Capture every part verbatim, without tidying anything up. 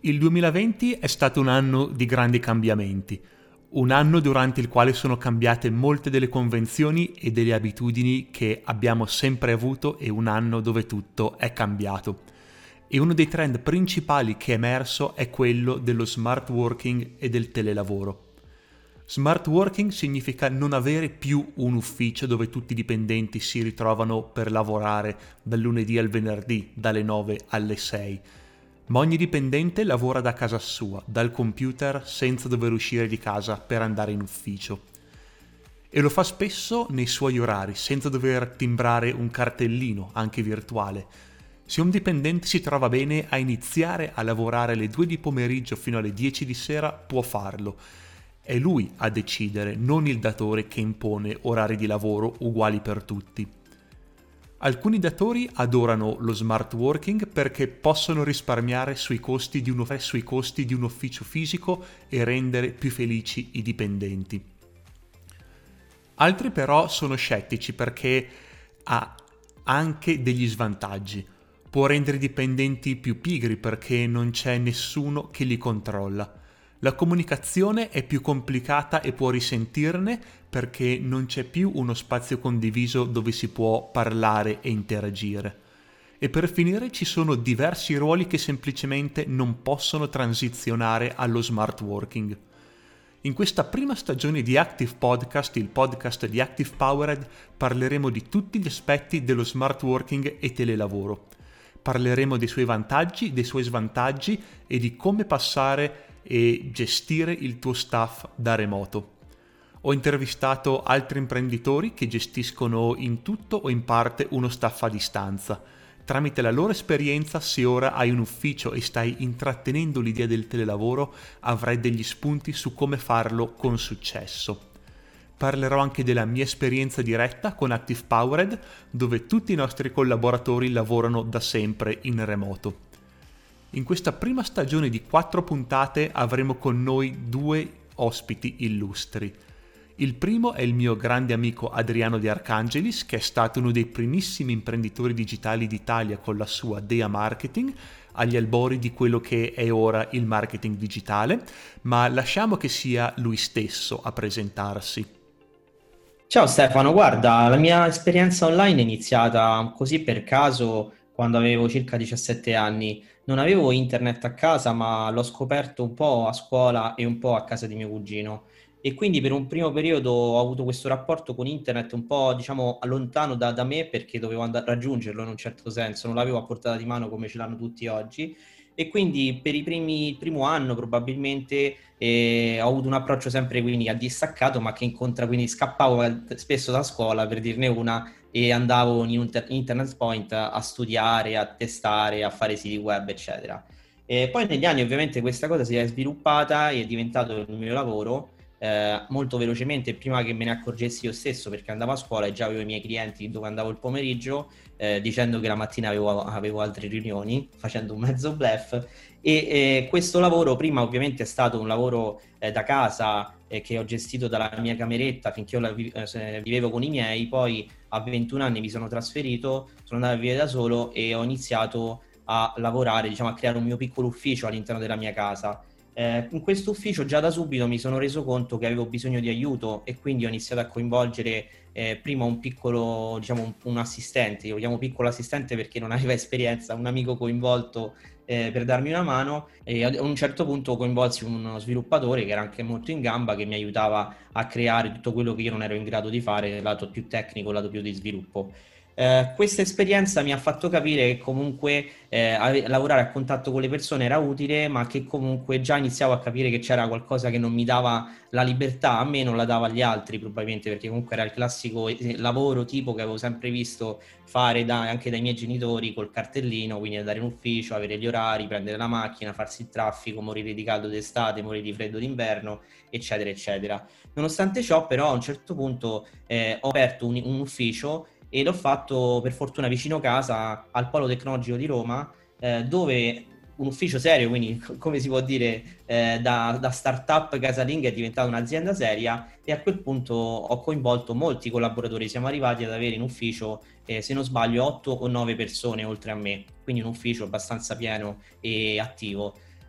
Il duemilaventi è stato un anno di grandi cambiamenti, un anno durante il quale sono cambiate molte delle convenzioni e delle abitudini che abbiamo sempre avuto e un anno dove tutto è cambiato. E uno dei trend principali che è emerso è quello dello smart working e del telelavoro. Smart working significa non avere più un ufficio dove tutti i dipendenti si ritrovano per lavorare dal lunedì al venerdì, dalle nove alle sei. Ma ogni dipendente lavora da casa sua, dal computer, senza dover uscire di casa per andare in ufficio. E lo fa spesso nei suoi orari, senza dover timbrare un cartellino, anche virtuale. Se un dipendente si trova bene a iniziare a lavorare alle due di pomeriggio fino alle dieci di sera, può farlo. È lui a decidere, non il datore che impone orari di lavoro uguali per tutti. Alcuni datori adorano lo smart working perché possono risparmiare sui costi di uno, sui costi di un ufficio fisico e rendere più felici i dipendenti. Altri però sono scettici perché ha anche degli svantaggi. Può rendere i dipendenti più pigri perché non c'è nessuno che li controlla. La comunicazione è più complicata e può risentirne perché non c'è più uno spazio condiviso dove si può parlare e interagire. E per finire ci sono diversi ruoli che semplicemente non possono transizionare allo smart working. In questa prima stagione di Active Podcast, il podcast di Active Powered, parleremo di tutti gli aspetti dello smart working e telelavoro. Parleremo dei suoi vantaggi, dei suoi svantaggi e di come passare e gestire il tuo staff da remoto. Ho intervistato altri imprenditori che gestiscono in tutto o in parte uno staff a distanza. Tramite la loro esperienza, se ora hai un ufficio e stai intrattenendo l'idea del telelavoro, avrai degli spunti su come farlo con successo. Parlerò anche della mia esperienza diretta con Active Powered, dove tutti i nostri collaboratori lavorano da sempre in remoto. In questa prima stagione di quattro puntate avremo con noi due ospiti illustri. Il primo è il mio grande amico Adriano De Arcangelis, che è stato uno dei primissimi imprenditori digitali d'Italia con la sua Dea Marketing, agli albori di quello che è ora il marketing digitale, ma lasciamo che sia lui stesso a presentarsi. Ciao Stefano, guarda, la mia esperienza online è iniziata così per caso quando avevo circa diciassette anni. Non avevo internet a casa, ma l'ho scoperto un po' a scuola e un po' a casa di mio cugino. E quindi per un primo periodo ho avuto questo rapporto con internet un po', diciamo, lontano da, da me perché dovevo andare a raggiungerlo in un certo senso, non l'avevo a portata di mano come ce l'hanno tutti oggi. E quindi per i primi, il primo anno probabilmente eh, ho avuto un approccio sempre quindi a distaccato, ma che incontra, quindi scappavo spesso da scuola per dirne una e andavo in un ter- internet point a, a studiare, a testare, a fare siti web, eccetera. E poi negli anni ovviamente questa cosa si è sviluppata e è diventato il mio lavoro eh, molto velocemente, prima che me ne accorgessi io stesso, perché andavo a scuola e già avevo i miei clienti dove andavo il pomeriggio, eh, dicendo che la mattina avevo, avevo altre riunioni, facendo un mezzo bluff. E eh, questo lavoro prima ovviamente è stato un lavoro eh, da casa eh, che ho gestito dalla mia cameretta finché io la vi- eh, vivevo con i miei. Poi a ventuno anni mi sono trasferito, sono andato a vivere da solo e ho iniziato a lavorare, diciamo a creare un mio piccolo ufficio all'interno della mia casa. Eh, in questo ufficio già da subito mi sono reso conto che avevo bisogno di aiuto e quindi ho iniziato a coinvolgere eh, prima un piccolo, diciamo un, un assistente, io lo chiamo piccolo assistente perché non aveva esperienza, un amico coinvolto eh, per darmi una mano, e a un certo punto coinvolsi uno sviluppatore che era anche molto in gamba, che mi aiutava a creare tutto quello che io non ero in grado di fare, lato più tecnico, lato più di sviluppo. Eh, questa esperienza mi ha fatto capire che comunque eh, ave- lavorare a contatto con le persone era utile, ma che comunque già iniziavo a capire che c'era qualcosa che non mi dava la libertà, a me non la dava agli altri probabilmente, perché comunque era il classico eh, lavoro tipo che avevo sempre visto fare da- anche dai miei genitori col cartellino, quindi andare in ufficio, avere gli orari, prendere la macchina, farsi il traffico, morire di caldo d'estate, morire di freddo d'inverno, eccetera, eccetera. Nonostante ciò, però, a un certo punto eh, ho aperto un, un ufficio e l'ho fatto per fortuna vicino casa al Polo Tecnologico di Roma, eh, dove un ufficio serio, quindi come si può dire eh, da, da startup casalinga è diventata un'azienda seria, e a quel punto ho coinvolto molti collaboratori, siamo arrivati ad avere in ufficio eh, se non sbaglio otto o nove persone oltre a me, quindi un ufficio abbastanza pieno e attivo.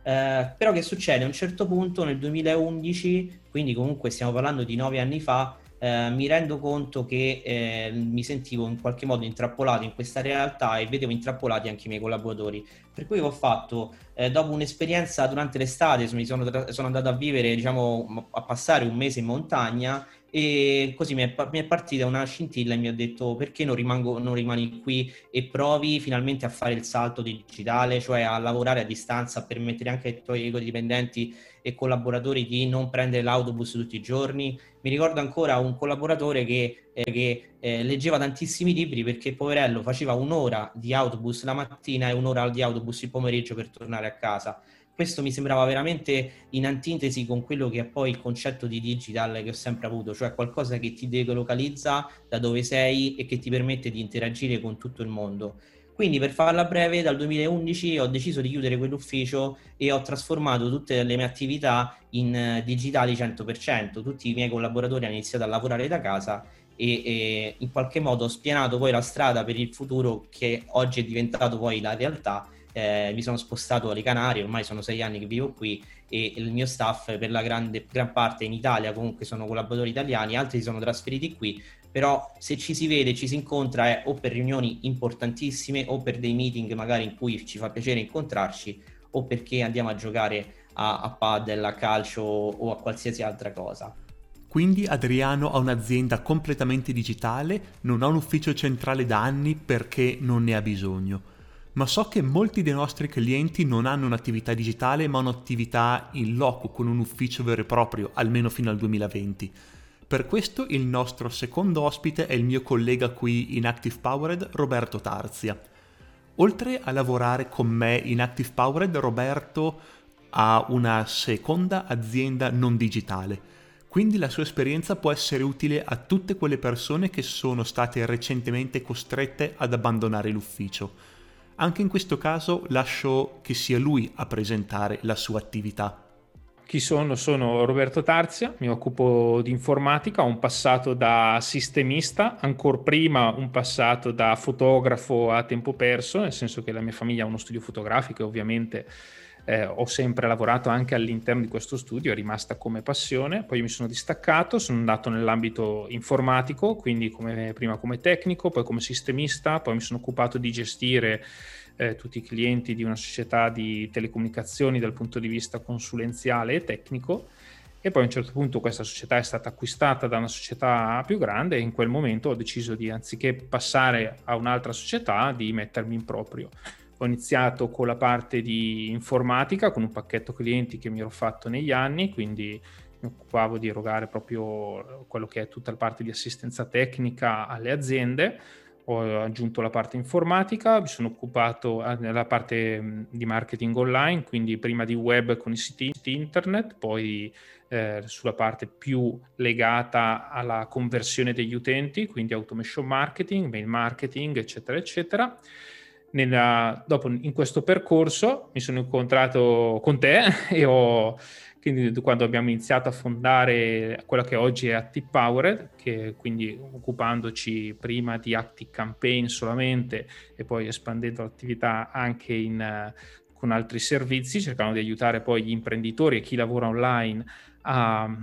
Eh, però che succede? A un certo punto nel duemilaundici, quindi comunque stiamo parlando di nove anni fa, eh, mi rendo conto che eh, mi sentivo in qualche modo intrappolato in questa realtà e vedevo intrappolati anche i miei collaboratori. Per cui ho fatto, eh, dopo un'esperienza durante l'estate, mi sono, tra- sono andato a vivere, diciamo, a passare un mese in montagna e così mi è, pa- mi è partita una scintilla e mi ha detto perché non rimango, non rimani qui e provi finalmente a fare il salto digitale, cioè a lavorare a distanza, a permettere anche ai tuoi dipendenti e collaboratori di non prendere l'autobus tutti i giorni. Mi ricordo ancora un collaboratore che, eh, che eh, leggeva tantissimi libri perché poverello faceva un'ora di autobus la mattina e un'ora di autobus il pomeriggio per tornare a casa. Questo mi sembrava veramente in antitesi con quello che è poi il concetto di digital che ho sempre avuto, cioè qualcosa che ti delocalizza da dove sei e che ti permette di interagire con tutto il mondo. Quindi per farla breve, dal duemilaundici ho deciso di chiudere quell'ufficio e ho trasformato tutte le mie attività in eh, digitali cento per cento. Tutti i miei collaboratori hanno iniziato a lavorare da casa e, e in qualche modo ho spianato poi la strada per il futuro che oggi è diventato poi la realtà. Eh, mi sono spostato alle Canarie, ormai sono sei anni che vivo qui e il mio staff per la grande, gran parte in Italia, comunque sono collaboratori italiani, altri si sono trasferiti qui, però se ci si vede, ci si incontra è o per riunioni importantissime o per dei meeting magari in cui ci fa piacere incontrarci o perché andiamo a giocare a, a padel, a calcio o a qualsiasi altra cosa. Quindi Adriano ha un'azienda completamente digitale, non ha un ufficio centrale da anni perché non ne ha bisogno. Ma so che molti dei nostri clienti non hanno un'attività digitale ma un'attività in loco con un ufficio vero e proprio, almeno fino al duemilaventi. Per questo il nostro secondo ospite è il mio collega qui in Active Powered, Roberto Tarzia. Oltre a lavorare con me in Active Powered, Roberto ha una seconda azienda non digitale. Quindi la sua esperienza può essere utile a tutte quelle persone che sono state recentemente costrette ad abbandonare l'ufficio. Anche in questo caso lascio che sia lui a presentare la sua attività. Chi sono? Sono Roberto Tarzia, mi occupo di informatica, ho un passato da sistemista, ancora prima un passato da fotografo a tempo perso, nel senso che la mia famiglia ha uno studio fotografico e ovviamente eh, ho sempre lavorato anche all'interno di questo studio, è rimasta come passione. Poi mi sono distaccato, sono andato nell'ambito informatico, quindi come, prima come tecnico, poi come sistemista, poi mi sono occupato di gestire Eh, tutti i clienti di una società di telecomunicazioni dal punto di vista consulenziale e tecnico, e poi a un certo punto questa società è stata acquistata da una società più grande e in quel momento ho deciso di, anziché passare a un'altra società, di mettermi in proprio. Ho iniziato con la parte di informatica, con un pacchetto clienti che mi ero fatto negli anni, quindi mi occupavo di erogare proprio quello che è tutta la parte di assistenza tecnica alle aziende. Ho aggiunto la parte informatica, mi sono occupato della parte di marketing online, quindi prima di web con i siti internet, poi eh, sulla parte più legata alla conversione degli utenti, quindi automation marketing, mail marketing, eccetera, eccetera. Nella, dopo, in questo percorso mi sono incontrato con te e ho... Quindi quando abbiamo iniziato a fondare quella che oggi è Active Powered, che quindi occupandoci prima di Active Campaign solamente e poi espandendo l'attività anche in, uh, con altri servizi, cercando di aiutare poi gli imprenditori e chi lavora online a,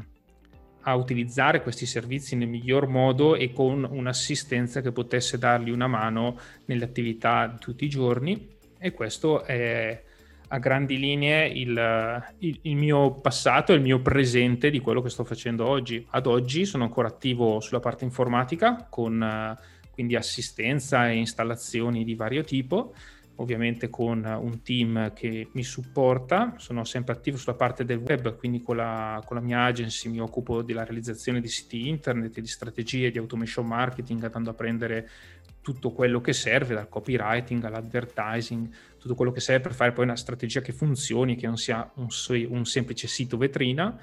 a utilizzare questi servizi nel miglior modo e con un'assistenza che potesse dargli una mano nelle attività di tutti i giorni. E questo è a grandi linee il, il, il mio passato e il mio presente di quello che sto facendo oggi. Ad oggi sono ancora attivo sulla parte informatica con uh, quindi assistenza e installazioni di vario tipo, ovviamente con un team che mi supporta. Sono sempre attivo sulla parte del web, quindi con la, con la mia agency mi occupo della realizzazione di siti internet e di strategie di automation marketing, andando a prendere tutto quello che serve, dal copywriting all'advertising, tutto quello che serve per fare poi una strategia che funzioni, che non sia un, un semplice sito vetrina.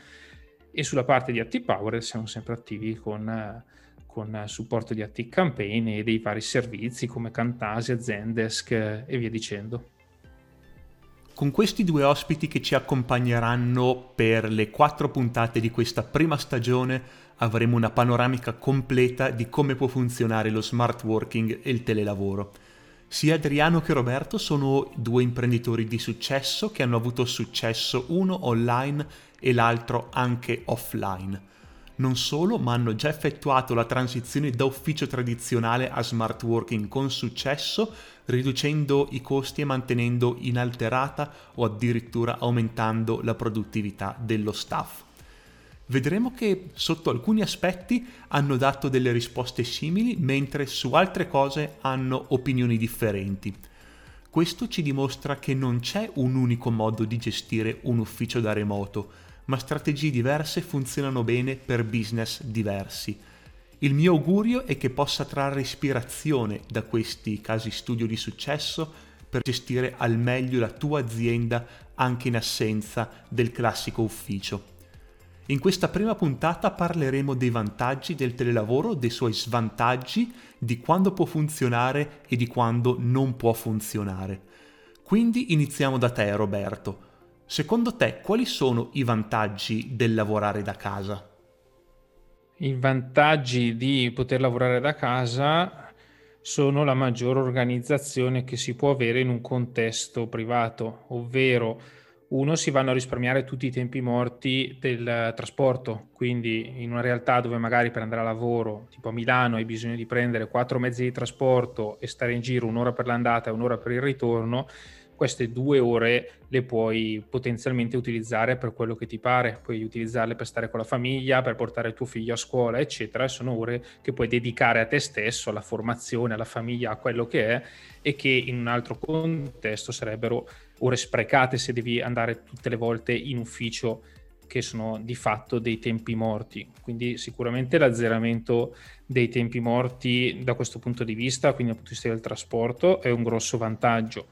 E sulla parte di Active Power siamo sempre attivi con, con supporto di Active Campaign e dei vari servizi come Camtasia, Zendesk e via dicendo. Con questi due ospiti che ci accompagneranno per le quattro puntate di questa prima stagione avremo una panoramica completa di come può funzionare lo smart working e il telelavoro. Sia Adriano che Roberto sono due imprenditori di successo che hanno avuto successo uno online e l'altro anche offline. Non solo, ma hanno già effettuato la transizione da ufficio tradizionale a smart working con successo, riducendo i costi e mantenendo inalterata o addirittura aumentando la produttività dello staff. Vedremo che sotto alcuni aspetti hanno dato delle risposte simili, mentre su altre cose hanno opinioni differenti. Questo ci dimostra che non c'è un unico modo di gestire un ufficio da remoto, ma strategie diverse funzionano bene per business diversi. Il mio augurio è che possa trarre ispirazione da questi casi studio di successo per gestire al meglio la tua azienda anche in assenza del classico ufficio. In questa prima puntata parleremo dei vantaggi del telelavoro, dei suoi svantaggi, di quando può funzionare e di quando non può funzionare. Quindi iniziamo da te, Roberto. Secondo te, quali sono i vantaggi del lavorare da casa? I vantaggi di poter lavorare da casa sono la maggiore organizzazione che si può avere in un contesto privato, ovvero uno, si vanno a risparmiare tutti i tempi morti del trasporto, quindi in una realtà dove magari per andare a lavoro, tipo a Milano, hai bisogno di prendere quattro mezzi di trasporto e stare in giro un'ora per l'andata e un'ora per il ritorno, queste due ore le puoi potenzialmente utilizzare per quello che ti pare, puoi utilizzarle per stare con la famiglia, per portare il tuo figlio a scuola, eccetera, e sono ore che puoi dedicare a te stesso, alla formazione, alla famiglia, a quello che è, e che in un altro contesto sarebbero ore sprecate se devi andare tutte le volte in ufficio, che sono di fatto dei tempi morti. Quindi sicuramente l'azzeramento dei tempi morti da questo punto di vista, quindi dal punto di vista del trasporto, è un grosso vantaggio.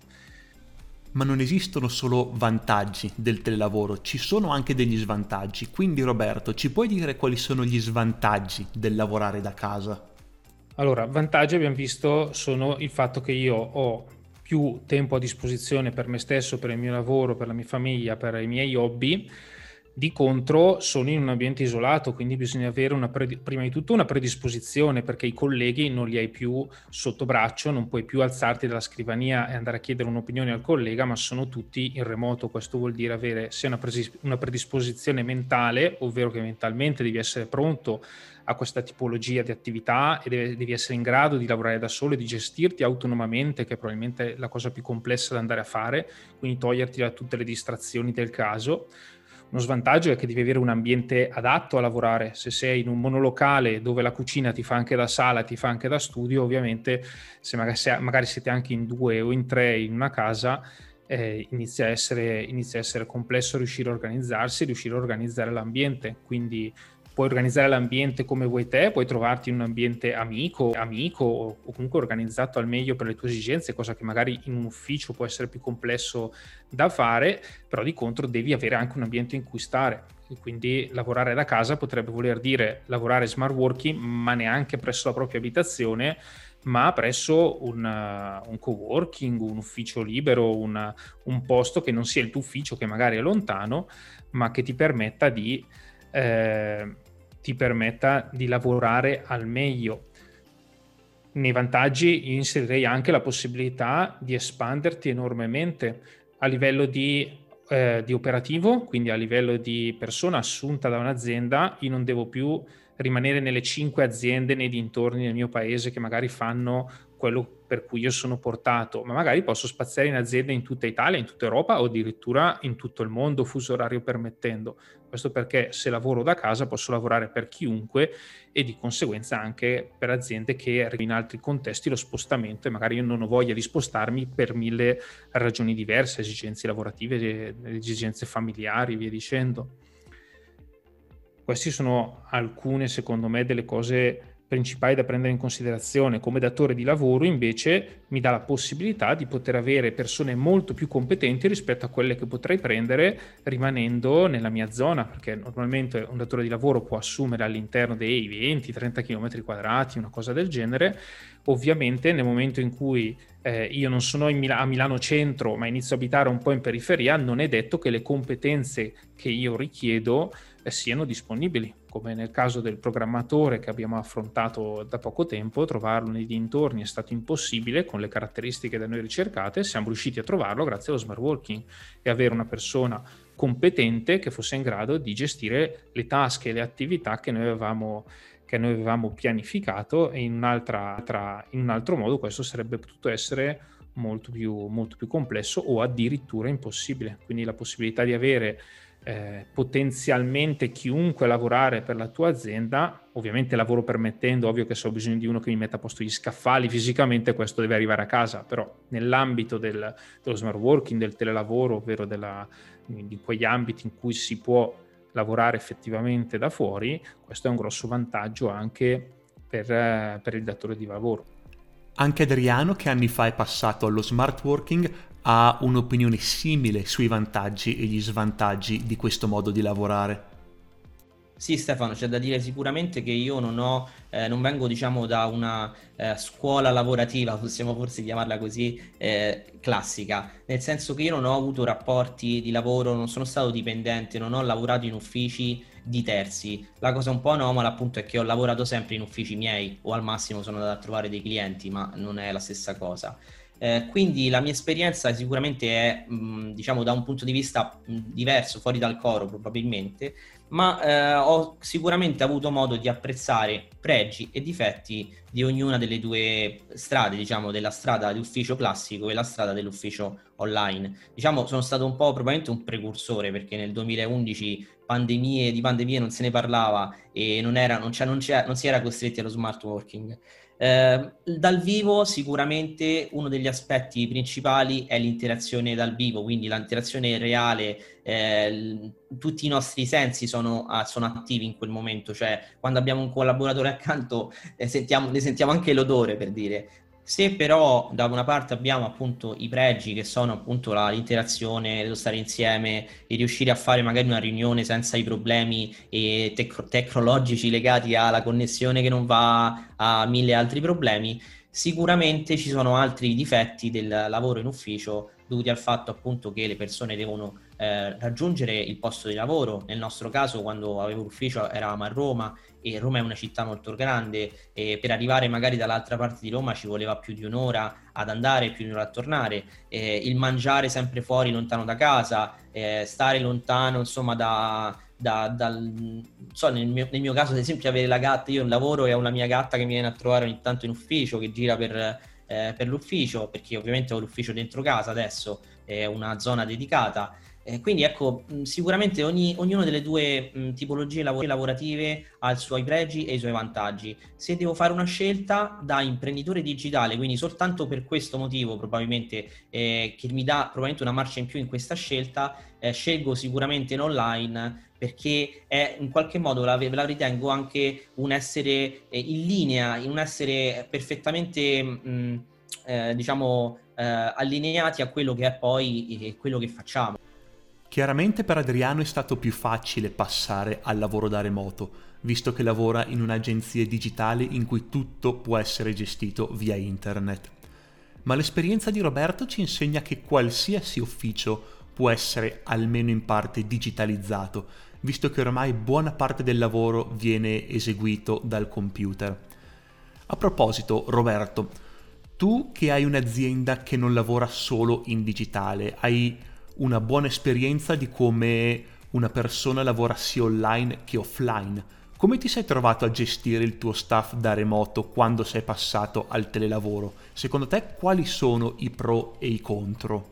Ma non esistono solo vantaggi del telelavoro, ci sono anche degli svantaggi. Quindi Roberto, ci puoi dire quali sono gli svantaggi del lavorare da casa? Allora, vantaggi abbiamo visto sono il fatto che io ho più tempo a disposizione per me stesso, per il mio lavoro, per la mia famiglia, per i miei hobby. Di contro sono in un ambiente isolato, quindi bisogna avere una pre- prima di tutto una predisposizione, perché i colleghi non li hai più sotto braccio, non puoi più alzarti dalla scrivania e andare a chiedere un'opinione al collega, ma sono tutti in remoto. Questo vuol dire avere sia una, pres- una predisposizione mentale, ovvero che mentalmente devi essere pronto a questa tipologia di attività e deve, devi essere in grado di lavorare da solo e di gestirti autonomamente, che è probabilmente la cosa più complessa da andare a fare, quindi toglierti da tutte le distrazioni del caso. Uno svantaggio è che devi avere un ambiente adatto a lavorare. Se sei in un monolocale dove la cucina ti fa anche da sala, ti fa anche da studio, ovviamente se magari, se magari siete anche in due o in tre in una casa, eh, inizia a essere, inizia a essere complesso riuscire a organizzarsi, riuscire a organizzare l'ambiente. Quindi puoi organizzare l'ambiente come vuoi te, puoi trovarti in un ambiente amico, amico o comunque organizzato al meglio per le tue esigenze, cosa che magari in un ufficio può essere più complesso da fare, però di contro devi avere anche un ambiente in cui stare. E quindi lavorare da casa potrebbe voler dire lavorare smart working, ma neanche presso la propria abitazione, ma presso un, uh, un coworking, un ufficio libero, una, un posto che non sia il tuo ufficio, che magari è lontano, ma che ti permetta di eh, ti permetta di lavorare al meglio. Nei vantaggi io inserirei anche la possibilità di espanderti enormemente a livello di, eh, di operativo, quindi a livello di persona assunta da un'azienda. Io non devo più rimanere nelle cinque aziende nei dintorni del mio paese che magari fanno quello per cui io sono portato, ma magari posso spaziare in aziende in tutta Italia, in tutta Europa o addirittura in tutto il mondo, fuso orario permettendo. Questo perché se lavoro da casa posso lavorare per chiunque e di conseguenza anche per aziende che in altri contesti lo spostamento, e magari io non ho voglia di spostarmi per mille ragioni diverse, esigenze lavorative, esigenze familiari, via dicendo. Queste sono alcune, secondo me, delle cose principali da prendere in considerazione. Come datore di lavoro invece mi dà la possibilità di poter avere persone molto più competenti rispetto a quelle che potrei prendere rimanendo nella mia zona, perché normalmente un datore di lavoro può assumere all'interno dei venti trenta chilometri quadrati, una cosa del genere. Ovviamente nel momento in cui eh, io non sono in Mil- a Milano centro ma inizio a abitare un po' in periferia, non è detto che le competenze che io richiedo eh, siano disponibili, come nel caso del programmatore che abbiamo affrontato da poco tempo. Trovarlo nei dintorni è stato impossibile con con le caratteristiche da noi ricercate, siamo riusciti a trovarlo grazie allo smart working e avere una persona competente che fosse in grado di gestire le task e le attività che noi avevamo, che noi avevamo pianificato, e in, un'altra, tra, in un altro modo questo sarebbe potuto essere molto più, molto più complesso o addirittura impossibile. Quindi la possibilità di avere eh, potenzialmente chiunque lavorare per la tua azienda, ovviamente lavoro permettendo, ovvio che se ho bisogno di uno che mi metta a posto gli scaffali fisicamente, questo deve arrivare a casa, però nell'ambito del, dello smart working, del telelavoro, ovvero della, di quegli ambiti in cui si può lavorare effettivamente da fuori, questo è un grosso vantaggio anche per, eh, per il datore di lavoro. Anche Adriano, che anni fa è passato allo smart working, ha un'opinione simile sui vantaggi e gli svantaggi di questo modo di lavorare. Sì, Stefano, c'è da dire sicuramente che io non ho, eh, non vengo, diciamo, da una eh, scuola lavorativa, possiamo forse chiamarla così, eh, classica, nel senso che io non ho avuto rapporti di lavoro, non sono stato dipendente, non ho lavorato in uffici di terzi. La cosa un po' anomala appunto è che ho lavorato sempre in uffici miei, o al massimo sono andato a trovare dei clienti, ma non è la stessa cosa. Eh, quindi la mia esperienza sicuramente è, mh, diciamo, da un punto di vista mh, diverso, fuori dal coro probabilmente, ma eh, ho sicuramente avuto modo di apprezzare pregi e difetti di ognuna delle due strade, diciamo, della strada di ufficio classico e la strada dell'ufficio online. Diciamo, sono stato un po' probabilmente un precursore, perché nel duemilaundici pandemie, di pandemie non se ne parlava e non, era, non, c'è, non, c'è, non si era costretti allo smart working. Eh, dal vivo sicuramente uno degli aspetti principali è l'interazione dal vivo, quindi l'interazione reale, eh, tutti i nostri sensi sono, ah, sono attivi in quel momento, cioè quando abbiamo un collaboratore accanto eh, sentiamo, ne sentiamo anche l'odore, per dire. Se però da una parte abbiamo appunto i pregi, che sono appunto la, l'interazione, lo stare insieme, e riuscire a fare magari una riunione senza i problemi e tec- tecnologici legati alla connessione che non va, a mille altri problemi, sicuramente ci sono altri difetti del lavoro in ufficio dovuti al fatto appunto che le persone devono eh, raggiungere il posto di lavoro. Nel nostro caso, quando avevo l'ufficio, eravamo a Roma, e Roma è una città molto grande, e per arrivare magari dall'altra parte di Roma ci voleva più di un'ora ad andare, più di un'ora a tornare, eh, il mangiare sempre fuori, lontano da casa, eh, stare lontano insomma da, da, dal, so, nel mio, nel mio caso ad esempio avere la gatta, io lavoro e ho la mia gatta che mi viene a trovare ogni tanto in ufficio, che gira per, eh, per l'ufficio, perché ovviamente ho l'ufficio dentro casa adesso, è una zona dedicata. Eh, quindi ecco, mh, sicuramente ogni, ognuna delle due mh, tipologie lav- lavorative ha i suoi pregi e i suoi vantaggi. Se devo fare una scelta da imprenditore digitale, quindi soltanto per questo motivo probabilmente, eh, che mi dà probabilmente una marcia in più in questa scelta, eh, scelgo sicuramente in online, perché è in qualche modo la, la ritengo anche un essere eh, in linea, un essere perfettamente mh, eh, diciamo eh, allineati a quello che è poi eh, quello che facciamo. Chiaramente per Adriano è stato più facile passare al lavoro da remoto, visto che lavora in un'agenzia digitale in cui tutto può essere gestito via internet. Ma l'esperienza di Roberto ci insegna che qualsiasi ufficio può essere almeno in parte digitalizzato, visto che ormai buona parte del lavoro viene eseguito dal computer. A proposito, Roberto, tu che hai un'azienda che non lavora solo in digitale, hai una buona esperienza di come una persona lavora sia online che offline. Come ti sei trovato a gestire il tuo staff da remoto quando sei passato al telelavoro? Secondo te quali sono i pro e i contro?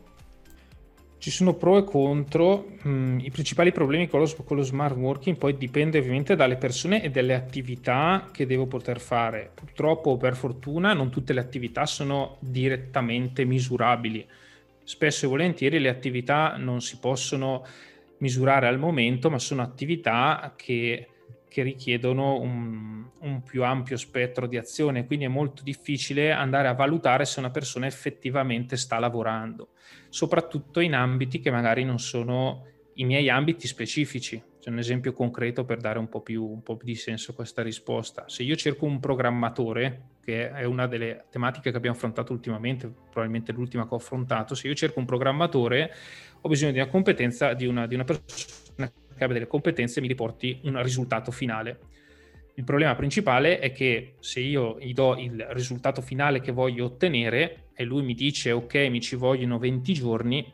Ci sono pro e contro. Mm, i principali problemi con lo, con lo smart working poi dipende ovviamente dalle persone e dalle attività che devo poter fare. Purtroppo o per fortuna non tutte le attività sono direttamente misurabili. Spesso e volentieri le attività non si possono misurare al momento, ma sono attività che, che richiedono un, un più ampio spettro di azione, quindi è molto difficile andare a valutare se una persona effettivamente sta lavorando, soprattutto in ambiti che magari non sono i miei ambiti specifici. C'è un esempio concreto per dare un po' più, un po' di senso a questa risposta. Se io cerco un programmatore, che è una delle tematiche che abbiamo affrontato ultimamente, probabilmente l'ultima che ho affrontato, se io cerco un programmatore ho bisogno di una competenza, di una, di una persona che abbia delle competenze e mi riporti un risultato finale. Il problema principale è che se io gli do il risultato finale che voglio ottenere e lui mi dice ok, mi ci vogliono venti giorni,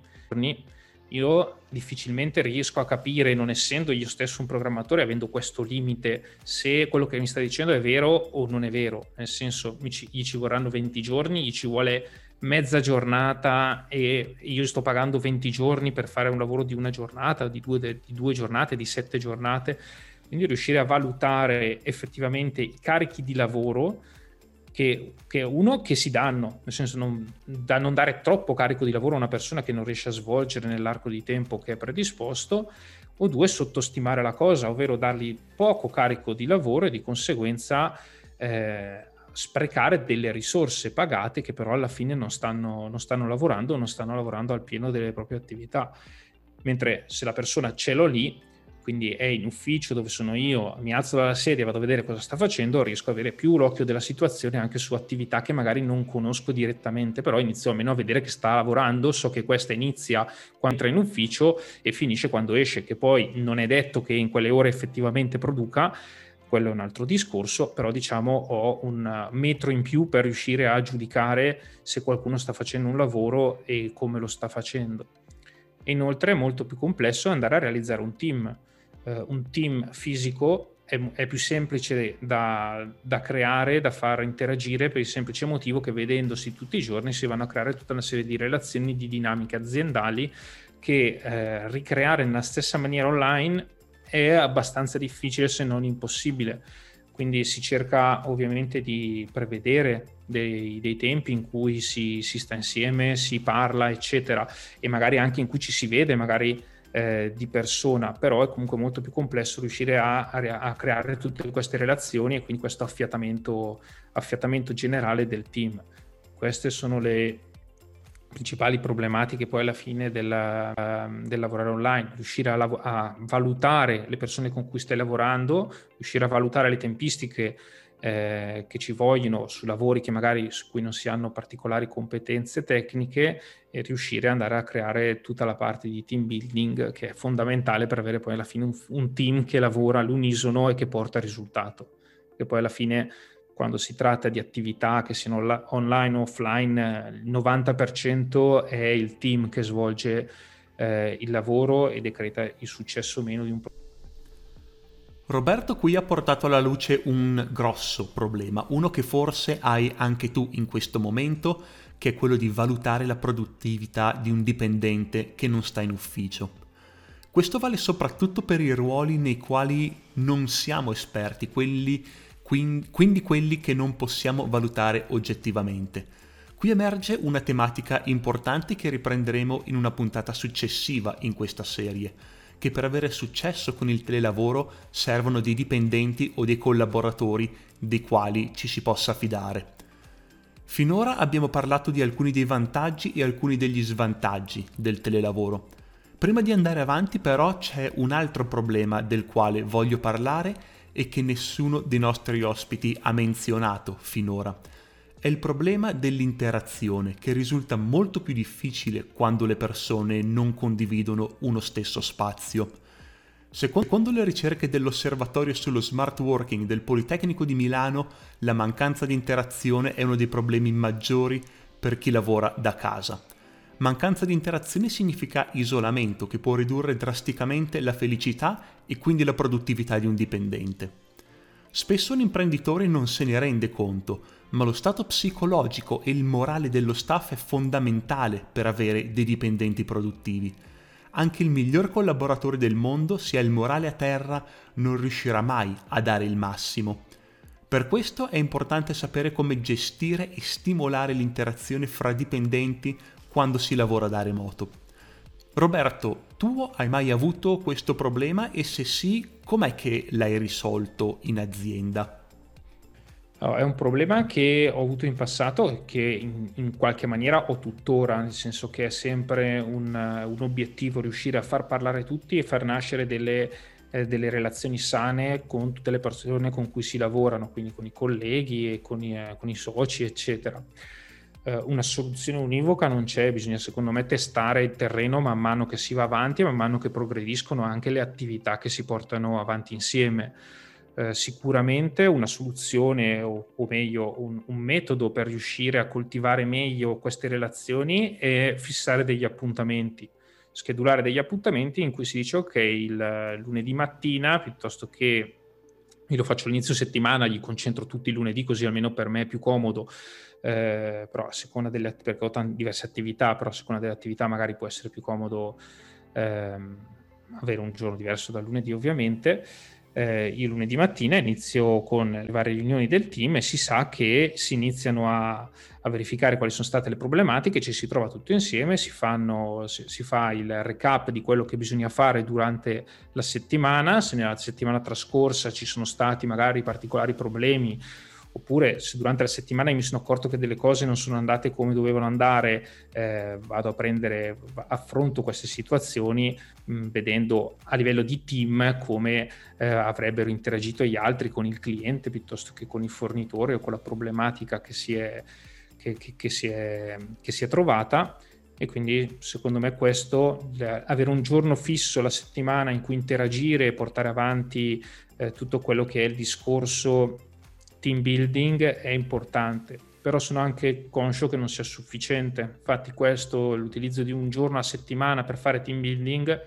io difficilmente riesco a capire, non essendo io stesso un programmatore, avendo questo limite, se quello che mi sta dicendo è vero o non è vero. Nel senso, mi ci, gli ci vorranno venti giorni, gli ci vuole mezza giornata e io sto pagando venti giorni per fare un lavoro di una giornata, di due, di due giornate, di sette giornate. Quindi riuscire a valutare effettivamente i carichi di lavoro che, che uno che si danno, nel senso non, da non dare troppo carico di lavoro a una persona che non riesce a svolgere nell'arco di tempo che è predisposto, o due, sottostimare la cosa, ovvero dargli poco carico di lavoro e di conseguenza eh, sprecare delle risorse pagate che però alla fine non stanno, non stanno lavorando, non stanno lavorando al pieno delle proprie attività. Mentre se la persona ce l'ho lì, quindi è in ufficio dove sono io, mi alzo dalla sedia, vado a vedere cosa sta facendo, riesco ad avere più l'occhio della situazione anche su attività che magari non conosco direttamente, però inizio almeno a vedere che sta lavorando, so che questa inizia quando entra in ufficio e finisce quando esce, che poi non è detto che in quelle ore effettivamente produca, quello è un altro discorso, però diciamo ho un metro in più per riuscire a giudicare se qualcuno sta facendo un lavoro e come lo sta facendo. E inoltre è molto più complesso andare a realizzare un team. Uh, un team fisico è, è più semplice da, da creare, da far interagire, per il semplice motivo che vedendosi tutti i giorni si vanno a creare tutta una serie di relazioni, di dinamiche aziendali che eh, ricreare nella stessa maniera online è abbastanza difficile se non impossibile. Quindi si cerca ovviamente di prevedere dei, dei tempi in cui si, si sta insieme, si parla eccetera, e magari anche in cui ci si vede magari Eh, di persona, però è comunque molto più complesso riuscire a, a, a creare tutte queste relazioni e quindi questo affiatamento, affiatamento generale del team. Queste sono le principali problematiche poi alla fine del, uh, del lavorare online, riuscire a, lav- a valutare le persone con cui stai lavorando, riuscire a valutare le tempistiche eh, che ci vogliono su lavori che magari su cui non si hanno particolari competenze tecniche, e riuscire ad andare a creare tutta la parte di team building che è fondamentale per avere poi alla fine un, un team che lavora all'unisono e che porta al risultato. E poi alla fine quando si tratta di attività che siano online o offline, il novanta per cento è il team che svolge eh, il lavoro e decreta il successo o meno di un progetto. Roberto qui ha portato alla luce un grosso problema, uno che forse hai anche tu in questo momento, che è quello di valutare la produttività di un dipendente che non sta in ufficio. Questo vale soprattutto per i ruoli nei quali non siamo esperti, quelli, quindi quelli che non possiamo valutare oggettivamente. Qui emerge una tematica importante che riprenderemo in una puntata successiva in questa serie, che per avere successo con il telelavoro servono dei dipendenti o dei collaboratori dei quali ci si possa fidare. Finora abbiamo parlato di alcuni dei vantaggi e alcuni degli svantaggi del telelavoro. Prima di andare avanti però c'è un altro problema del quale voglio parlare e che nessuno dei nostri ospiti ha menzionato finora. È il problema dell'interazione, che risulta molto più difficile quando le persone non condividono uno stesso spazio. Secondo le ricerche dell'Osservatorio sullo Smart Working del Politecnico di Milano, la mancanza di interazione è uno dei problemi maggiori per chi lavora da casa. Mancanza di interazione significa isolamento, che può ridurre drasticamente la felicità e quindi la produttività di un dipendente. Spesso un imprenditore non se ne rende conto, ma lo stato psicologico e il morale dello staff è fondamentale per avere dei dipendenti produttivi. Anche il miglior collaboratore del mondo, se ha il morale a terra, non riuscirà mai a dare il massimo. Per questo è importante sapere come gestire e stimolare l'interazione fra dipendenti quando si lavora da remoto. Roberto, tu hai mai avuto questo problema e se sì, com'è che l'hai risolto in azienda? È un problema che ho avuto in passato e che in, in qualche maniera ho tuttora, nel senso che è sempre un, un obiettivo riuscire a far parlare tutti e far nascere delle, eh, delle relazioni sane con tutte le persone con cui si lavorano, quindi con i colleghi e con i, eh, con i soci, eccetera. Eh, una soluzione univoca non c'è, bisogna secondo me testare il terreno man mano che si va avanti e man mano che progrediscono anche le attività che si portano avanti insieme. Eh, sicuramente una soluzione o, o meglio un, un metodo per riuscire a coltivare meglio queste relazioni è fissare degli appuntamenti, schedulare degli appuntamenti in cui si dice ok, il lunedì mattina, piuttosto che io lo faccio all'inizio settimana, gli concentro tutti i lunedì così almeno per me è più comodo, eh, però a seconda delle attività, perché ho tante diverse attività, però a seconda delle attività magari può essere più comodo ehm, avere un giorno diverso dal lunedì ovviamente. Eh, io lunedì mattina inizio con le varie riunioni del team e si sa che si iniziano a, a verificare quali sono state le problematiche, ci si trova tutto insieme, si, fanno, si, si fa il recap di quello che bisogna fare durante la settimana, se nella settimana trascorsa ci sono stati magari particolari problemi, oppure se durante la settimana mi sono accorto che delle cose non sono andate come dovevano andare, eh, vado a prendere, affronto queste situazioni mh, vedendo a livello di team come eh, avrebbero interagito gli altri con il cliente piuttosto che con il fornitore o con la problematica che si è, che, che, che si è, che si è trovata. E quindi secondo me questo, avere un giorno fisso la settimana in cui interagire e portare avanti eh, tutto quello che è il discorso team building è importante, però sono anche conscio che non sia sufficiente. Infatti questo, l'utilizzo di un giorno a settimana per fare team building,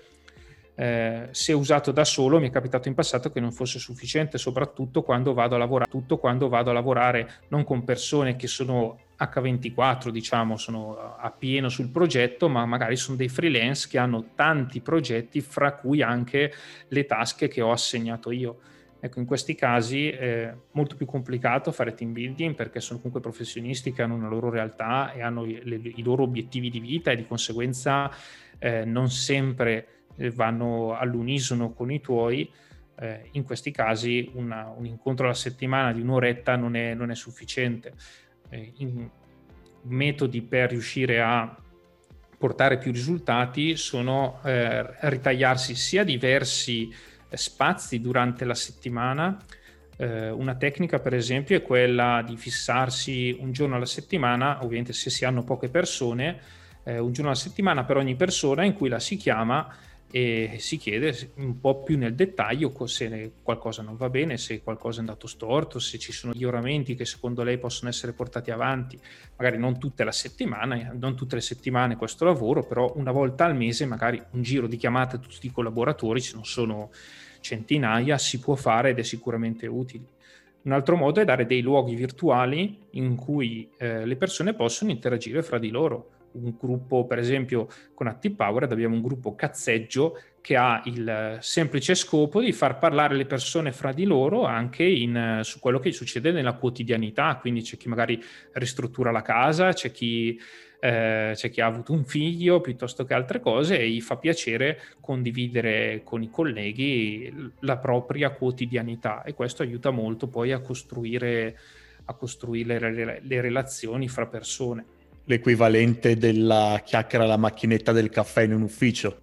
eh, se usato da solo, mi è capitato in passato che non fosse sufficiente, soprattutto quando vado a lavorare, tutto quando vado a lavorare non con persone che sono acca ventiquattro, diciamo, sono a pieno sul progetto, ma magari sono dei freelance che hanno tanti progetti, fra cui anche le task che ho assegnato io. Ecco, in questi casi è molto più complicato fare team building perché sono comunque professionisti che hanno una loro realtà e hanno i, le, i loro obiettivi di vita e di conseguenza eh, non sempre vanno all'unisono con i tuoi. Eh, in questi casi una, un incontro alla settimana di un'oretta non è, non è sufficiente. Eh, in metodi per riuscire a portare più risultati sono eh, ritagliarsi sia diversi spazi durante la settimana. Eh, una tecnica per esempio è quella di fissarsi un giorno alla settimana, ovviamente se si hanno poche persone, eh, un giorno alla settimana per ogni persona in cui la si chiama e si chiede un po' più nel dettaglio se qualcosa non va bene, se qualcosa è andato storto, se ci sono miglioramenti che secondo lei possono essere portati avanti, magari non tutte la settimana, non tutte le settimane questo lavoro, però una volta al mese magari un giro di chiamate a tutti i collaboratori, se non sono centinaia, si può fare ed è sicuramente utile. Un altro modo è dare dei luoghi virtuali in cui eh, le persone possono interagire fra di loro. Un gruppo, per esempio, con Active Powered abbiamo un gruppo cazzeggio che ha il semplice scopo di far parlare le persone fra di loro anche in, su quello che succede nella quotidianità. Quindi c'è chi magari ristruttura la casa, c'è chi, eh, c'è chi ha avuto un figlio piuttosto che altre cose e gli fa piacere condividere con i colleghi la propria quotidianità e questo aiuta molto poi a costruire, a costruire le, le relazioni fra persone. L'equivalente della chiacchiera alla macchinetta del caffè in un ufficio.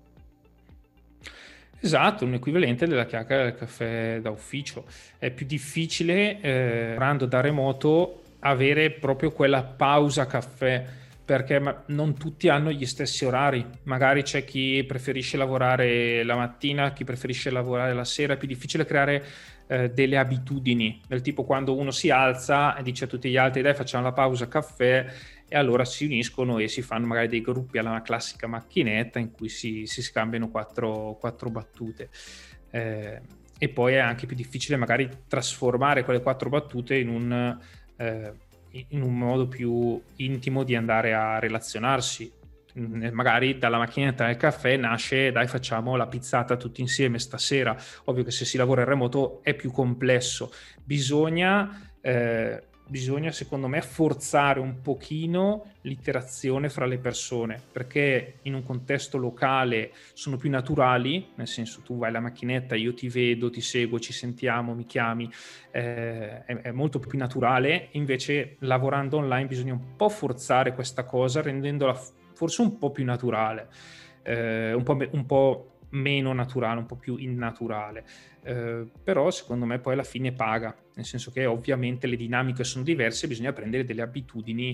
Esatto, un equivalente della chiacchiera del caffè da ufficio. È più difficile, eh, lavorando da remoto, avere proprio quella pausa caffè, perché non tutti hanno gli stessi orari. Magari c'è chi preferisce lavorare la mattina, chi preferisce lavorare la sera. È più difficile creare eh, delle abitudini, del tipo quando uno si alza e dice a tutti gli altri dai facciamo la pausa caffè, e allora si uniscono e si fanno magari dei gruppi alla classica macchinetta in cui si, si scambiano quattro, quattro battute. Eh, e poi è anche più difficile magari trasformare quelle quattro battute in un, eh, in un modo più intimo di andare a relazionarsi. Magari dalla macchinetta del caffè nasce dai facciamo la pizzata tutti insieme stasera. Ovvio che se si lavora in remoto è più complesso. Bisogna... Eh, bisogna secondo me forzare un pochino l'interazione fra le persone, perché in un contesto locale sono più naturali, nel senso tu vai alla macchinetta, io ti vedo, ti seguo, ci sentiamo, mi chiami, eh, è, è molto più naturale. Invece lavorando online bisogna un po' forzare questa cosa rendendola forse un po' più naturale, eh, un po', un po' meno naturale, un po' più innaturale. Eh, però secondo me poi alla fine paga, nel senso che ovviamente le dinamiche sono diverse, bisogna prendere delle abitudini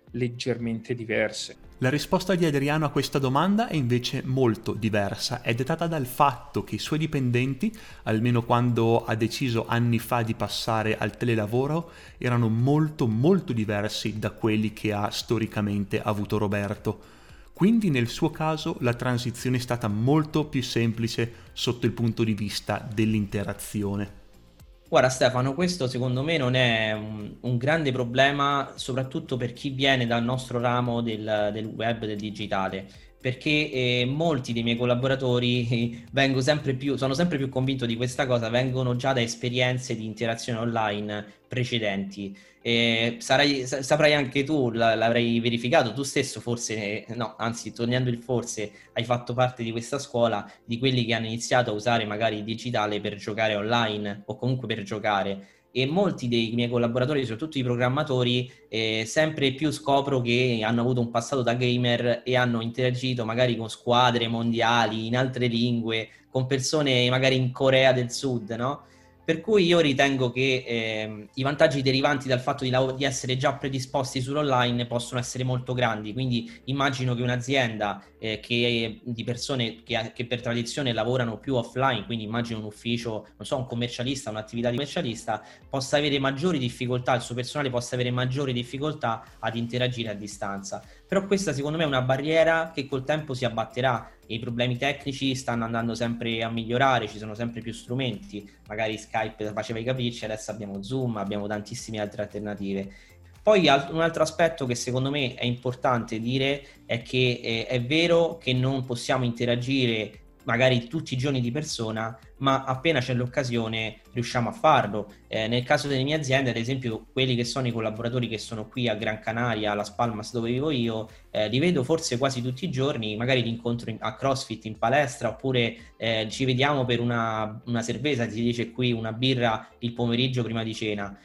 leggermente diverse. La risposta di Adriano a questa domanda è invece molto diversa, è dettata dal fatto che i suoi dipendenti, almeno quando ha deciso anni fa di passare al telelavoro, erano molto molto diversi da quelli che ha storicamente avuto Roberto. Quindi nel suo caso la transizione è stata molto più semplice sotto il punto di vista dell'interazione. Guarda Stefano, questo secondo me non è un, un grande problema, soprattutto per chi viene dal nostro ramo del, del web, del digitale, perché eh, molti dei miei collaboratori eh, vengo sempre più, sono sempre più convinto di questa cosa, vengono già da esperienze di interazione online precedenti. Eh, sarai, sa- saprai anche tu, la- l'avrai verificato tu stesso, forse, eh, no, anzi, togliendo il forse, hai fatto parte di questa scuola di quelli che hanno iniziato a usare magari il digitale per giocare online o comunque per giocare. E molti dei miei collaboratori, soprattutto i programmatori, eh, sempre più scopro che hanno avuto un passato da gamer e hanno interagito magari con squadre mondiali in altre lingue, con persone magari in Corea del Sud, no? Per cui io ritengo che eh, i vantaggi derivanti dal fatto di, lav- di essere già predisposti sull'online possono essere molto grandi, quindi immagino che un'azienda eh, che, di persone che, che per tradizione lavorano più offline, quindi immagino un ufficio, non so, un commercialista, un'attività di commercialista, possa avere maggiori difficoltà, il suo personale possa avere maggiori difficoltà ad interagire a distanza. Però questa secondo me è una barriera che col tempo si abbatterà. I problemi tecnici stanno andando sempre a migliorare, ci sono sempre più strumenti, magari Skype faceva i capricci, adesso abbiamo Zoom, abbiamo tantissime altre alternative. Poi un altro aspetto che secondo me è importante dire è che eh, è vero che non possiamo interagire magari tutti i giorni di persona, ma appena c'è l'occasione riusciamo a farlo. Eh, nel caso delle mie aziende, ad esempio, quelli che sono i collaboratori che sono qui a Gran Canaria, a Las Palmas dove vivo io, eh, li vedo forse quasi tutti i giorni, magari li incontro in, a CrossFit in palestra, oppure eh, ci vediamo per una, una cerveza, si dice qui una birra il pomeriggio prima di cena.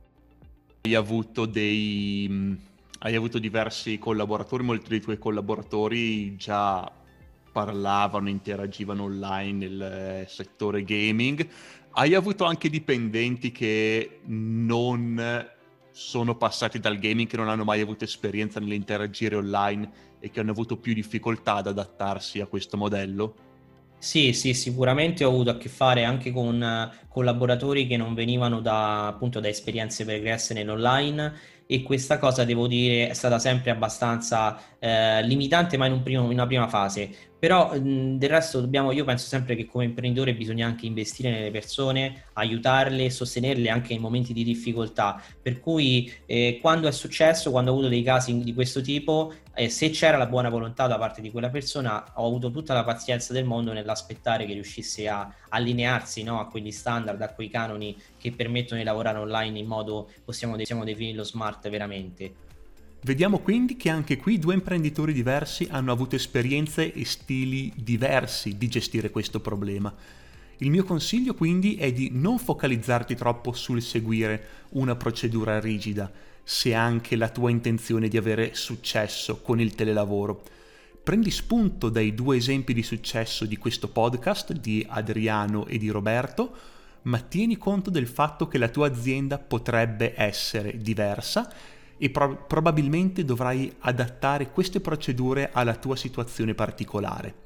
Hai avuto dei mh, hai avuto diversi collaboratori, molti dei tuoi collaboratori già parlavano, interagivano online nel eh, settore gaming. Hai avuto anche dipendenti che non sono passati dal gaming, che non hanno mai avuto esperienza nell'interagire online e che hanno avuto più difficoltà ad adattarsi a questo modello? Sì, sì, sicuramente ho avuto a che fare anche con eh, collaboratori che non venivano da, appunto, da esperienze pregresse nell'online, e questa cosa, devo dire, è stata sempre abbastanza eh, limitante, ma in un primo- in una prima fase. Però mh, del resto dobbiamo, io penso sempre che come imprenditore bisogna anche investire nelle persone, aiutarle, sostenerle anche in momenti di difficoltà. Per cui eh, quando è successo, quando ho avuto dei casi di questo tipo, eh, se c'era la buona volontà da parte di quella persona, ho avuto tutta la pazienza del mondo nell'aspettare che riuscisse a allinearsi, no, a quegli standard, a quei canoni che permettono di lavorare online in modo, possiamo, possiamo definirlo smart veramente. Vediamo quindi che anche qui due imprenditori diversi hanno avuto esperienze e stili diversi di gestire questo problema. Il mio consiglio quindi è di non focalizzarti troppo sul seguire una procedura rigida, se anche la tua intenzione è di avere successo con il telelavoro. Prendi spunto dai due esempi di successo di questo podcast, di Adriano e di Roberto, ma tieni conto del fatto che la tua azienda potrebbe essere diversa e pro- probabilmente dovrai adattare queste procedure alla tua situazione particolare.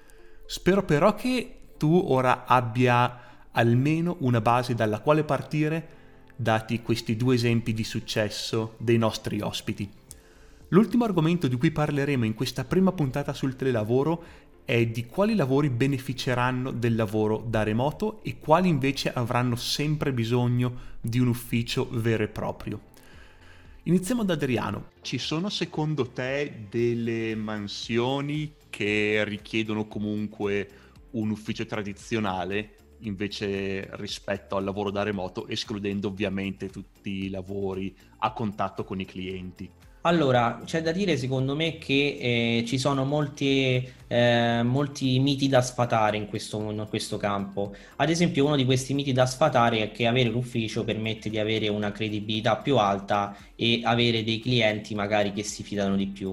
Spero però che tu ora abbia almeno una base dalla quale partire, dati questi due esempi di successo dei nostri ospiti. L'ultimo argomento di cui parleremo in questa prima puntata sul telelavoro è di quali lavori beneficeranno del lavoro da remoto e quali invece avranno sempre bisogno di un ufficio vero e proprio. Iniziamo da Adriano. Ci sono secondo te delle mansioni che richiedono comunque un ufficio tradizionale invece rispetto al lavoro da remoto, escludendo ovviamente tutti i lavori a contatto con i clienti? Allora, c'è da dire secondo me che eh, ci sono molti, eh, molti miti da sfatare in questo, in questo campo. Ad esempio, uno di questi miti da sfatare è che avere l'ufficio permette di avere una credibilità più alta e avere dei clienti magari che si fidano di più.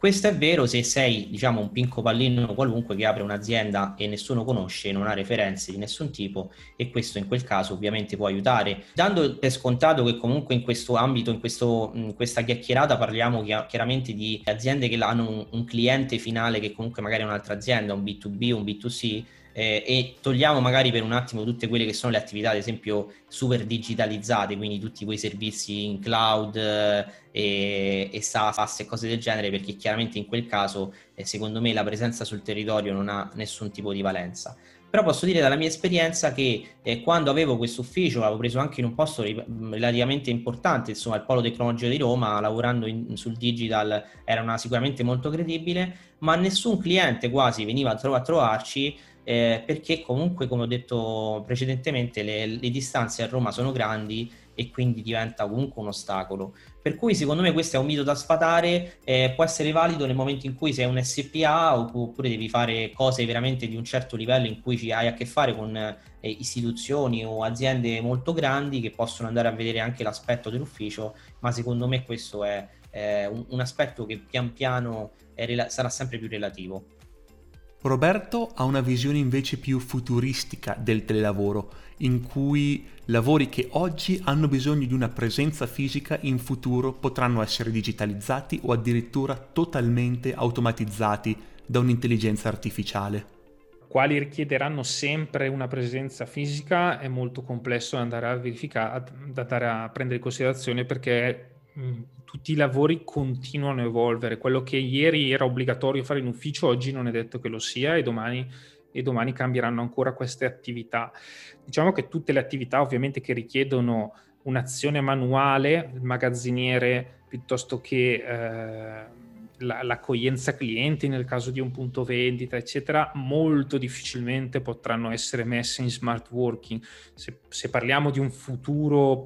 Questo è vero se sei, diciamo, un pinco pallino qualunque che apre un'azienda e nessuno conosce, non ha referenze di nessun tipo, e questo in quel caso ovviamente può aiutare. Dando per scontato che comunque in questo ambito, in, questo, in questa chiacchierata parliamo chiaramente di aziende che hanno un, un cliente finale che comunque magari è un'altra azienda, un B due B, un B due C, Eh, e togliamo magari per un attimo tutte quelle che sono le attività ad esempio super digitalizzate, quindi tutti quei servizi in cloud eh, e, e SaaS e cose del genere, perché chiaramente in quel caso eh, secondo me la presenza sul territorio non ha nessun tipo di valenza. Però posso dire dalla mia esperienza che eh, quando avevo questo ufficio l'avevo preso anche in un posto relativamente importante, insomma il polo tecnologico di Roma, lavorando in, sul digital era una, sicuramente molto credibile, ma nessun cliente quasi veniva a, trov- a trovarci eh, perché comunque, come ho detto precedentemente, le, le distanze a Roma sono grandi e quindi diventa comunque un ostacolo. Per cui secondo me questo è un mito da sfatare, eh, può essere valido nel momento in cui sei un S P A oppure devi fare cose veramente di un certo livello in cui ci hai a che fare con eh, istituzioni o aziende molto grandi che possono andare a vedere anche l'aspetto dell'ufficio, ma secondo me questo è eh, un, un aspetto che pian piano è rela- sarà sempre più relativo. Roberto ha una visione invece più futuristica del telelavoro, in cui lavori che oggi hanno bisogno di una presenza fisica in futuro potranno essere digitalizzati o addirittura totalmente automatizzati da un'intelligenza artificiale. Quali richiederanno sempre una presenza fisica è molto complesso da andare a verificare, da andare a prendere in considerazione, perché mh, tutti i lavori continuano a evolvere. Quello che ieri era obbligatorio fare in ufficio oggi non è detto che lo sia, e domani, e domani cambieranno ancora queste attività. Diciamo che tutte le attività ovviamente che richiedono un'azione manuale, il magazziniere piuttosto che eh, la, l'accoglienza clienti nel caso di un punto vendita, eccetera, molto difficilmente potranno essere messe in smart working. Se, se parliamo di un futuro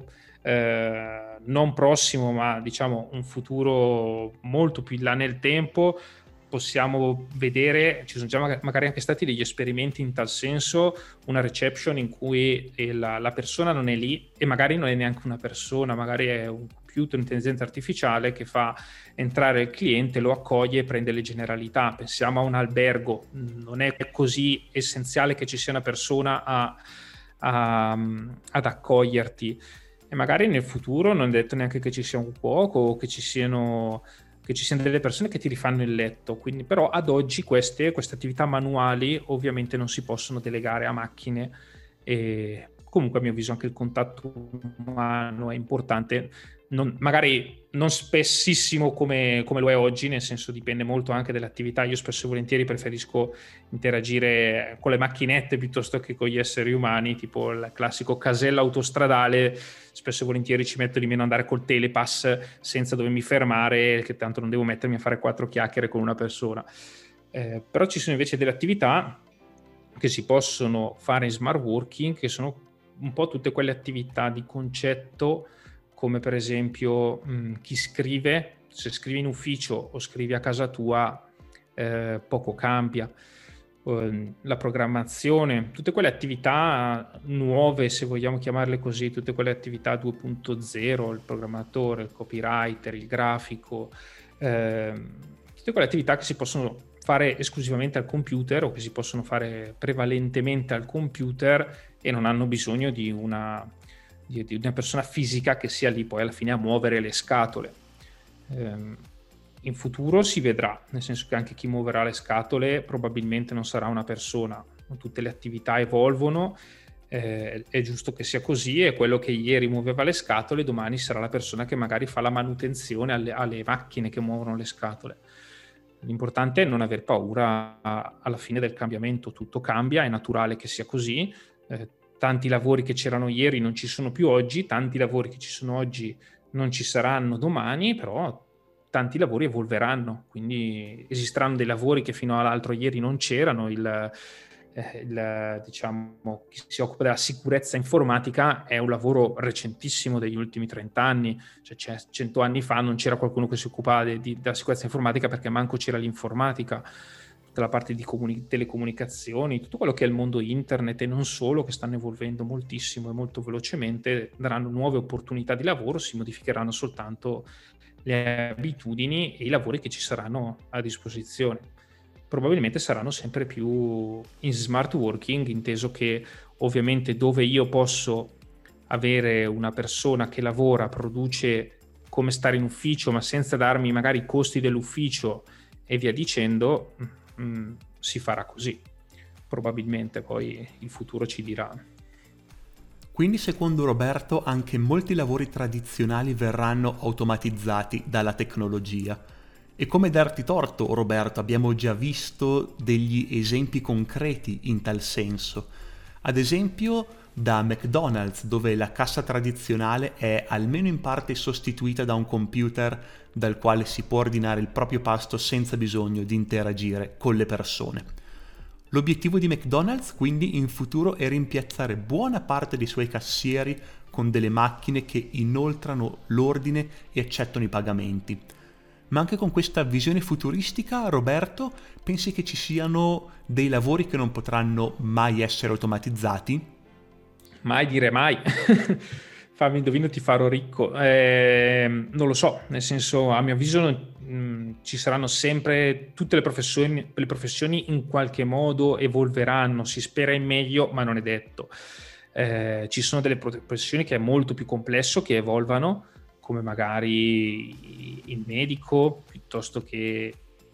eh, non prossimo, ma diciamo un futuro molto più in là nel tempo, possiamo vedere, ci sono già magari anche stati degli esperimenti in tal senso, una reception in cui la, la persona non è lì e magari non è neanche una persona, magari è un computer, un'intelligenza artificiale che fa entrare il cliente, lo accoglie e prende le generalità. Pensiamo a un albergo, non è così essenziale che ci sia una persona a, a, ad accoglierti, e magari nel futuro non è detto neanche che ci sia un cuoco o che ci siano che ci siano delle persone che ti rifanno il letto. Quindi, però ad oggi queste, queste attività manuali ovviamente non si possono delegare a macchine, e comunque a mio avviso anche il contatto umano è importante, non, magari non spessissimo come, come lo è oggi, nel senso dipende molto anche dall'attività. Io spesso e volentieri preferisco interagire con le macchinette piuttosto che con gli esseri umani, tipo il classico casello autostradale. Spesso e volentieri ci metto di meno andare col telepass senza dovermi fermare, che tanto non devo mettermi a fare quattro chiacchiere con una persona. Eh, però ci sono invece delle attività che si possono fare in smart working, che sono un po' tutte quelle attività di concetto, come per esempio mh, chi scrive, se scrivi in ufficio o scrivi a casa tua, eh, poco cambia. La programmazione, tutte quelle attività nuove, se vogliamo chiamarle così, tutte quelle attività due punto zero, il programmatore, il copywriter, il grafico, eh, tutte quelle attività che si possono fare esclusivamente al computer o che si possono fare prevalentemente al computer e non hanno bisogno di una, di, di una persona fisica che sia lì poi alla fine a muovere le scatole. Eh, In futuro si vedrà, nel senso che anche chi muoverà le scatole probabilmente non sarà una persona. Tutte le attività evolvono, eh, è giusto che sia così, e quello che ieri muoveva le scatole domani sarà la persona che magari fa la manutenzione alle, alle macchine che muovono le scatole. L'importante è non aver paura a, alla fine del cambiamento. Tutto cambia, è naturale che sia così. Eh, tanti lavori che c'erano ieri non ci sono più oggi, tanti lavori che ci sono oggi non ci saranno domani, però tanti lavori evolveranno, quindi esisteranno dei lavori che fino all'altro ieri non c'erano. Il, eh, il, diciamo, chi si occupa della sicurezza informatica è un lavoro recentissimo degli ultimi trenta anni, cioè cento anni fa non c'era qualcuno che si occupava di, di, della sicurezza informatica, perché manco c'era l'informatica. Tutta la parte di comuni- telecomunicazioni, tutto quello che è il mondo internet e non solo, che stanno evolvendo moltissimo e molto velocemente, daranno nuove opportunità di lavoro, si modificheranno soltanto le abitudini e i lavori che ci saranno a disposizione. Probabilmente saranno sempre più in smart working, inteso che ovviamente dove io posso avere una persona che lavora, produce come stare in ufficio, ma senza darmi magari i costi dell'ufficio e via dicendo, mh, si farà così. Probabilmente poi il futuro ci dirà. Quindi secondo Roberto anche molti lavori tradizionali verranno automatizzati dalla tecnologia. E come darti torto, Roberto, abbiamo già visto degli esempi concreti in tal senso. Ad esempio da McDonald's, dove la cassa tradizionale è almeno in parte sostituita da un computer dal quale si può ordinare il proprio pasto senza bisogno di interagire con le persone. L'obiettivo di McDonald's quindi in futuro è rimpiazzare buona parte dei suoi cassieri con delle macchine che inoltrano l'ordine e accettano i pagamenti. Ma anche con questa visione futuristica, Roberto, pensi che ci siano dei lavori che non potranno mai essere automatizzati? Mai dire mai. Fammi indovino, ti farò ricco. Eh, non lo so, nel senso, a mio avviso mh, ci saranno sempre tutte le professioni, le professioni in qualche modo evolveranno, si spera in meglio, ma non è detto. Eh, ci sono delle professioni che è molto più complesso che evolvano, come magari il medico, piuttosto che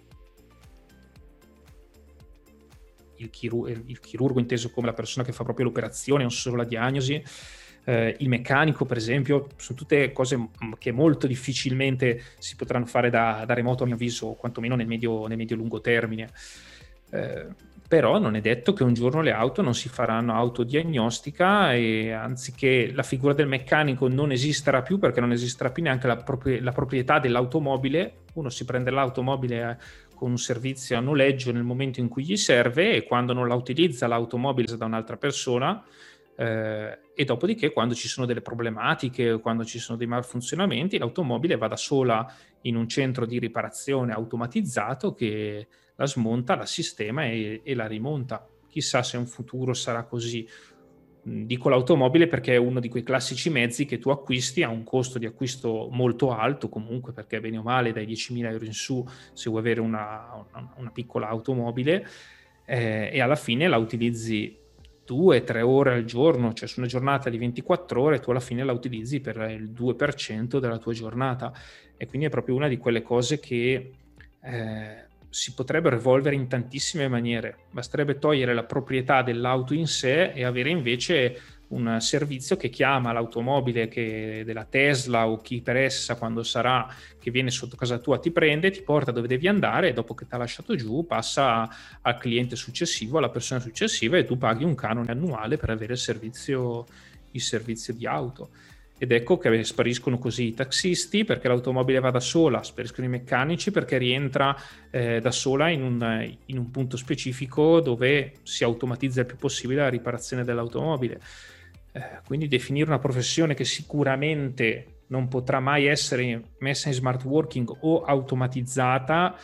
il, chiru- il chirurgo, inteso come la persona che fa proprio l'operazione, non solo la diagnosi, eh, il meccanico per esempio. Sono tutte cose che molto difficilmente si potranno fare da, da remoto, a mio avviso, quantomeno nel medio, nel medio-lungo termine. Eh, però non è detto che un giorno le auto non si faranno autodiagnostica, e anziché la figura del meccanico non esisterà più, perché non esisterà più neanche la, propri- la proprietà dell'automobile. Uno si prende l'automobile con un servizio a noleggio nel momento in cui gli serve, e quando non la utilizza l'automobile da un'altra persona, eh, e dopodiché quando ci sono delle problematiche, quando ci sono dei malfunzionamenti, l'automobile va da sola in un centro di riparazione automatizzato che la smonta, la sistema e, e la rimonta. Chissà se in futuro sarà così. Dico l'automobile perché è uno di quei classici mezzi che tu acquisti a un costo di acquisto molto alto comunque, perché bene o male dai diecimila euro in su se vuoi avere una, una, una piccola automobile, eh, e alla fine la utilizzi due tre ore al giorno, cioè su una giornata di ventiquattro ore tu alla fine la utilizzi per il due per cento della tua giornata, e quindi è proprio una di quelle cose che eh, si potrebbero evolvere in tantissime maniere. Basterebbe togliere la proprietà dell'auto in sé e avere invece un servizio che chiama l'automobile che della Tesla o chi per essa, quando sarà, che viene sotto casa tua, ti prende, ti porta dove devi andare, e dopo che ti ha lasciato giù passa al cliente successivo, alla persona successiva, e tu paghi un canone annuale per avere il servizio, il servizio di auto. Ed ecco che spariscono così i taxisti, perché l'automobile va da sola, spariscono i meccanici perché rientra eh, da sola in un, in un punto specifico dove si automatizza il più possibile la riparazione dell'automobile. Eh, quindi definire una professione che sicuramente non potrà mai essere messa in smart working o automatizzata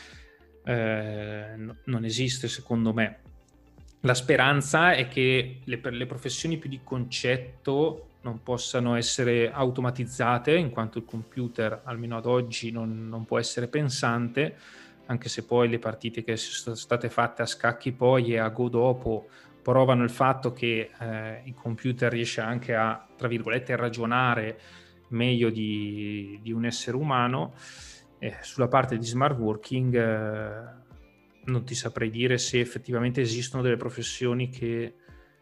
eh, no, non esiste, secondo me. La speranza è che le, le professioni più di concetto non possano essere automatizzate, in quanto il computer, almeno ad oggi, non, non può essere pensante, anche se poi le partite che sono state fatte a scacchi poi e a Go dopo provano il fatto che eh, il computer riesce anche a, tra virgolette, ragionare meglio di, di un essere umano. Eh, sulla parte di smart working eh, non ti saprei dire se effettivamente esistono delle professioni che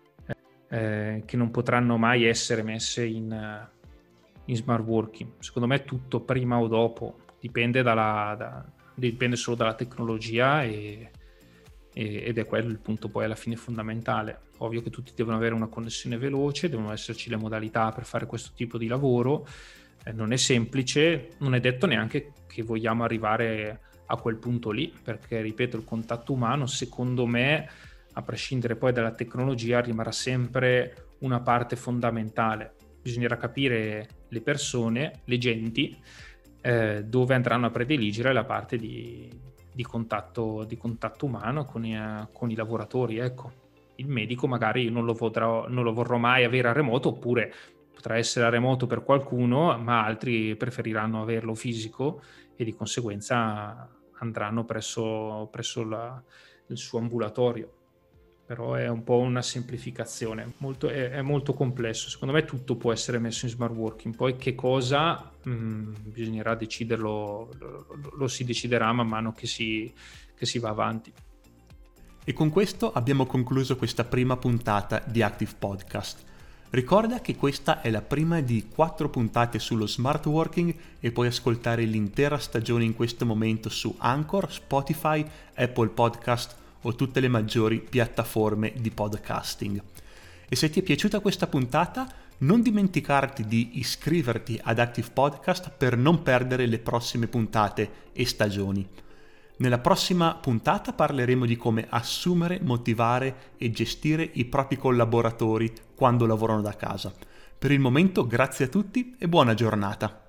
Eh, che non potranno mai essere messe in, in smart working. Secondo me tutto prima o dopo, dipende, dalla, da, dipende solo dalla tecnologia, e, e, ed è quello il punto poi alla fine fondamentale. Ovvio che tutti devono avere una connessione veloce, devono esserci le modalità per fare questo tipo di lavoro, eh, non è semplice, non è detto neanche che vogliamo arrivare a quel punto lì, perché ripeto, il contatto umano secondo me, a prescindere poi dalla tecnologia, rimarrà sempre una parte fondamentale. Bisognerà capire le persone, le genti, eh, dove andranno a prediligere la parte di, di, contatto, di contatto umano con i, con i lavoratori. Ecco, il medico magari non lo, vorrò, non lo vorrò mai avere a remoto, oppure potrà essere a remoto per qualcuno, ma altri preferiranno averlo fisico e di conseguenza andranno presso, presso la, il suo ambulatorio. Però è un po' una semplificazione, molto, è, è molto complesso. Secondo me tutto può essere messo in smart working, poi che cosa mh, bisognerà deciderlo, lo, lo, lo si deciderà man mano che si, che si va avanti. E con questo abbiamo concluso questa prima puntata di Active Podcast. Ricorda che questa è la prima di quattro puntate sullo smart working e puoi ascoltare l'intera stagione in questo momento su Anchor, Spotify, Apple Podcast o tutte le maggiori piattaforme di podcasting. E se ti è piaciuta questa puntata, non dimenticarti di iscriverti ad Active Podcast per non perdere le prossime puntate e stagioni. Nella prossima puntata parleremo di come assumere, motivare e gestire i propri collaboratori quando lavorano da casa. Per il momento grazie a tutti e buona giornata.